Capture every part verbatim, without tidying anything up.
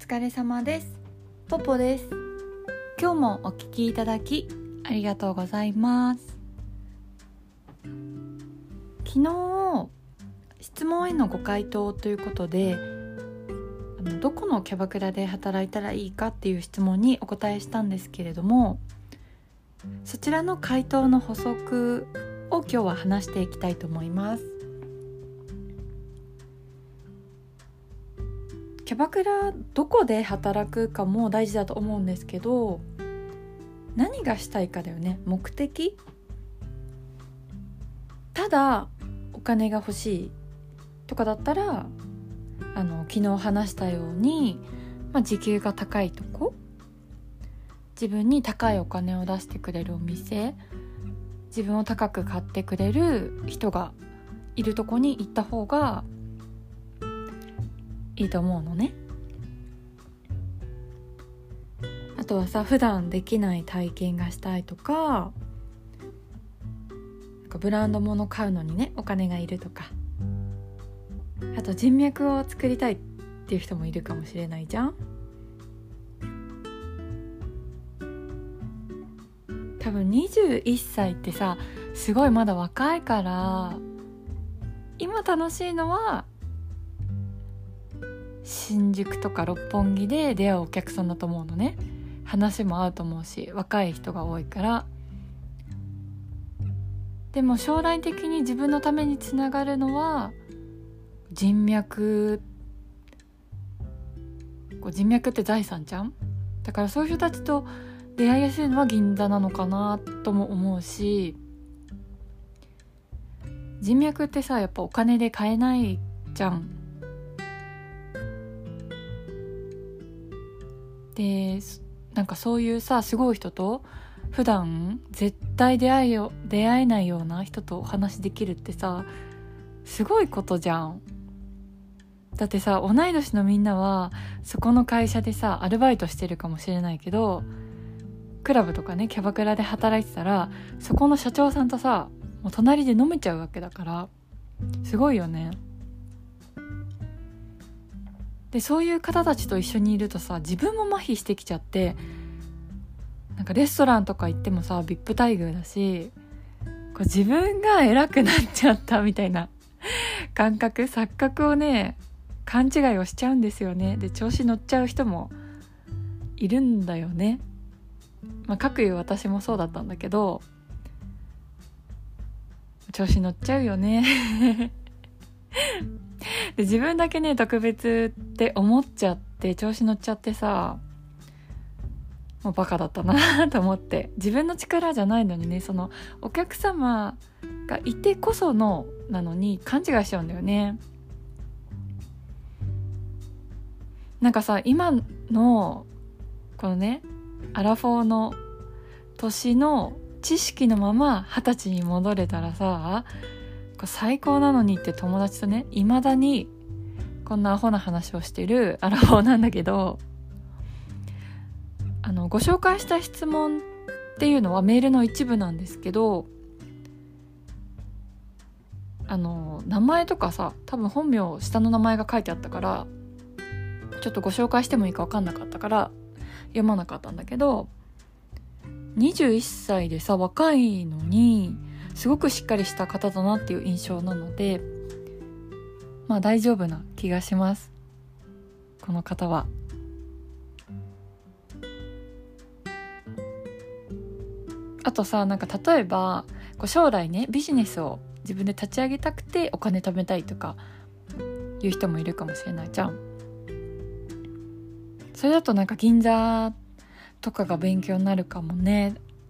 疲れ様です。ポポです。今日もお聞きいただきありがとうございます。昨日質問へのご回答ということで、あのどこのキャバクラで働いたらいいかっていう質問にお答えしたんですけれども、そちらの回答の補足を今日は話していきたいと思います。キャバクラどこで働くかも大事だと思うんですけど、何がしたいかだよね。目的？ただお金が欲しいとかだったら、あの昨日話したように、まあ、時給が高いとこ、自分に高いお金を出してくれるお店、自分を高く買ってくれる人がいるとこに行った方がいいと思うのね。あとはさ、普段できない体験がしたいとか、なんかブランド物買うのにねお金がいるとか、あと人脈を作りたいっていう人もいるかもしれないじゃん。多分にじゅういっさいってさ、すごいまだ若いから、今楽しいのは新宿とか六本木で出会うお客さんだと思うのね。話も合うと思うし、若い人が多いから。でも将来的に自分のためにつながるのは人脈。こう人脈って財産じゃん。だからそういう人たちと出会いやすいのは銀座なのかなとも思うし、人脈ってさ、やっぱお金で買えないじゃん。で、なんかそういうさ、すごい人と普段絶対出会えよ出会えないような人とお話できるってさ、すごいことじゃん。だってさ、同い年のみんなはそこの会社でさアルバイトしてるかもしれないけど、クラブとかねキャバクラで働いてたら、そこの社長さんとさもう隣で飲めちゃうわけだから、すごいよね。でそういう方たちと一緒にいるとさ、自分も麻痺してきちゃって、なんかレストランとか行ってもさ ブイアイピー 待遇だし、こう自分が偉くなっちゃったみたいな感覚錯覚をね勘違いをしちゃうんですよね。で調子乗っちゃう人もいるんだよね。まあかくいう私もそうだったんだけど、調子乗っちゃうよねで自分だけね特別って思っちゃって調子乗っちゃってさ、もうバカだったなと思って、自分の力じゃないのにね、そのお客様がいてこそのなのに勘違いしちゃうんだよね。なんかさ、今のこのねアラフォーの年の知識のまま二十歳に戻れたらさ、最高なのにって友達とね未だにこんなアホな話をしてるアラフォーなんだけど、あのご紹介した質問っていうのはメールの一部なんですけど、あの名前とかさ、多分本名下の名前が書いてあったからちょっとご紹介してもいいか分かんなかったから読まなかったんだけど、にじゅういっさいでさ若いのにすごくしっかりした方だなっていう印象なので、まあ大丈夫な気がします、この方は。あとさ、なんか例えばこう将来ねビジネスを自分で立ち上げたくてお金貯めたいとかいう人もいるかもしれないじゃん。それだとなんか銀座とかが勉強になるかもね。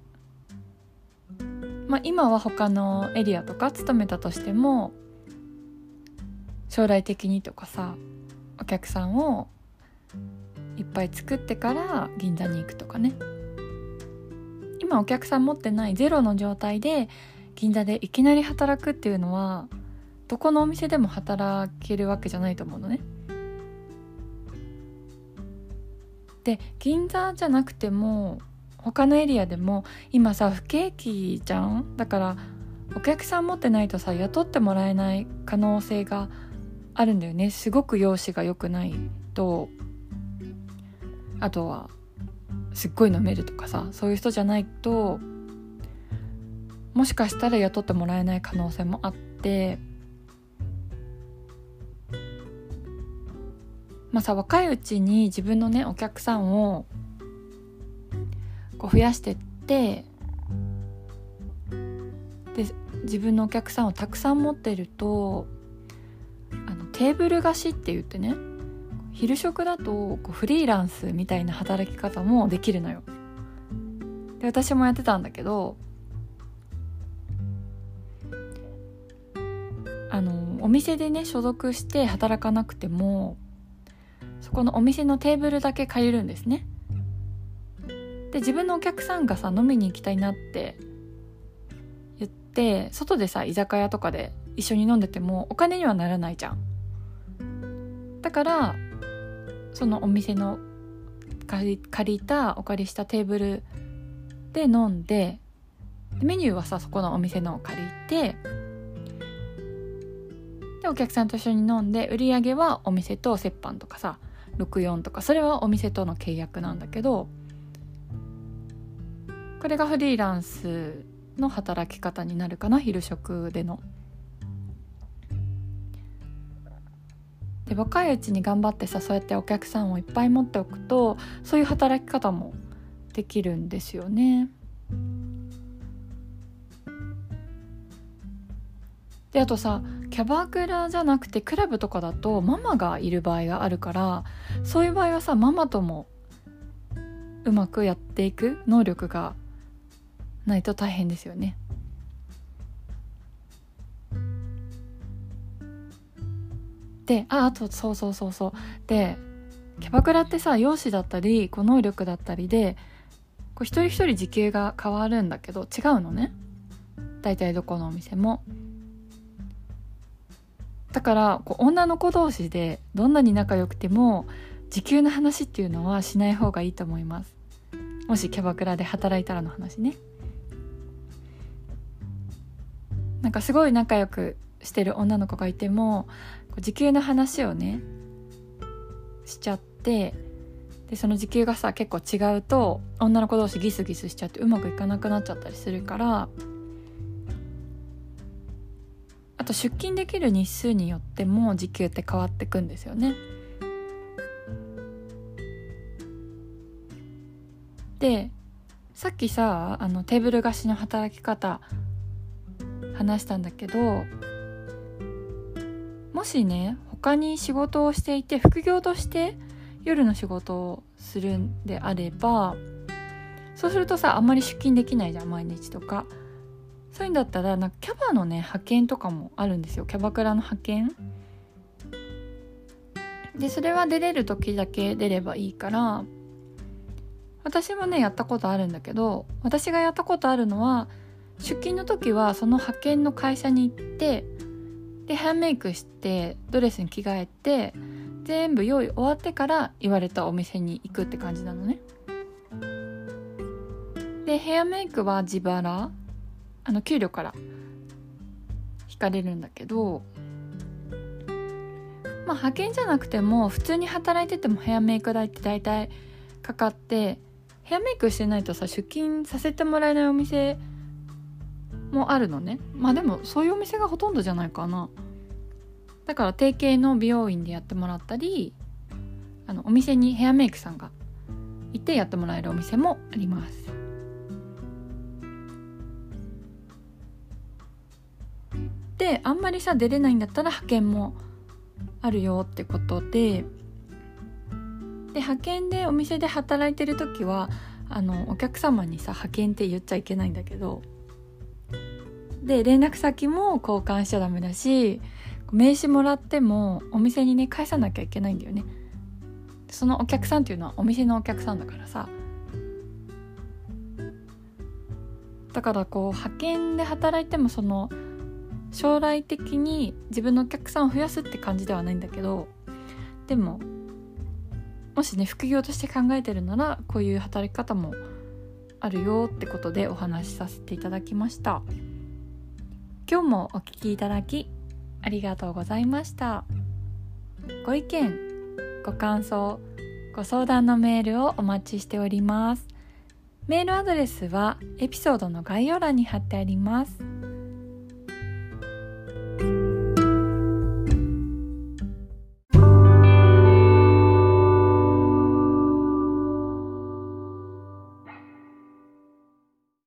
まあ今は他のエリアとか勤めたとしても、将来的にとかさ、お客さんをいっぱい作ってから銀座に行くとかね。今お客さん持ってないゼロの状態で銀座でいきなり働くっていうのは、どこのお店でも働けるわけじゃないと思うのね。で銀座じゃなくても他のエリアでも今さ不景気じゃん。だからお客さん持ってないとさ雇ってもらえない可能性があるんだよね。すごく容姿が良くないとあとはすっごい飲めるとかさ、そういう人じゃないともしかしたら雇ってもらえない可能性もあって、まあさ、若いうちに自分のねお客さんをこう増やしてって、で自分のお客さんをたくさん持ってると、あのテーブル貸しって言ってね、昼食だとこうフリーランスみたいな働き方もできるのよ。で私もやってたんだけど、あのお店でね所属して働かなくても、そこのお店のテーブルだけ借りるんですね。で自分のお客さんがさ飲みに行きたいなって言って、外でさ居酒屋とかで一緒に飲んでてもお金にはならないじゃん。だからそのお店の借り、借りたお借りしたテーブルで飲んで、メニューはさそこのお店のを借りて、でお客さんと一緒に飲んで、売り上げはお店と折半とかさろくじゅうよんとか、それはお店との契約なんだけど、これがフリーランスの働き方になるかな、昼食での。で若いうちに頑張ってさ、そうやってお客さんをいっぱい持っておくと、そういう働き方もできるんですよね。であとさ、キャバクラじゃなくてクラブとかだとママがいる場合があるから、そういう場合はさママともうまくやっていく能力がないと大変ですよね。で、あ、あとそうそうそうそうで、キャバクラってさ容姿だったりこう能力だったりでこう一人一人時給が変わるんだけど、違うのね、大体どこのお店も。だからこう女の子同士でどんなに仲良くても時給の話っていうのはしない方がいいと思います。もしキャバクラで働いたらの話ね。なんかすごい仲良くしてる女の子がいても、時給の話をねしちゃって、でその時給がさ結構違うと女の子同士ギスギスしちゃってうまくいかなくなっちゃったりするから、あと出勤できる日数によっても時給って変わってくんですよね。でさっきさあのテーブル貸しの働き方話したんだけど、もしね他に仕事をしていて副業として夜の仕事をするんであれば、そうするとさあんまり出勤できないじゃん、毎日とか。そういうんだったらなんかキャバのね派遣とかもあるんですよ、キャバクラの派遣で。それは出れる時だけ出ればいいから、私もねやったことあるんだけど、私がやったことあるのは出勤の時はその派遣の会社に行って、でヘアメイクしてドレスに着替えて全部用意終わってから言われたお店に行くって感じなのね。でヘアメイクは自腹、あの給料から引かれるんだけど、まあ派遣じゃなくても普通に働いててもヘアメイク代って大体かかって、ヘアメイクしてないとさ出勤させてもらえないお店もあるのね。まあでもそういうお店がほとんどじゃないかな。だから提携の美容院でやってもらったり、あのお店にヘアメイクさんがいてやってもらえるお店もあります。であんまりさ出れないんだったら派遣もあるよってことで、で派遣でお店で働いてる時はあのお客様にさ派遣って言っちゃいけないんだけど、で連絡先も交換しちゃダメだし、名刺もらってもお店にね返さなきゃいけないんだよね。そのお客さんっていうのはお店のお客さんだからさ。だからこう派遣で働いてもその将来的に自分のお客さんを増やすって感じではないんだけど、でももしね副業として考えてるならこういう働き方もあるよってことでお話しさせていただきました。今日もお聞きいただきありがとうございました。ご意見、ご感想、 ご相談のメールをお待ちしております。メールアドレスはエピソードの概要欄に貼ってあります。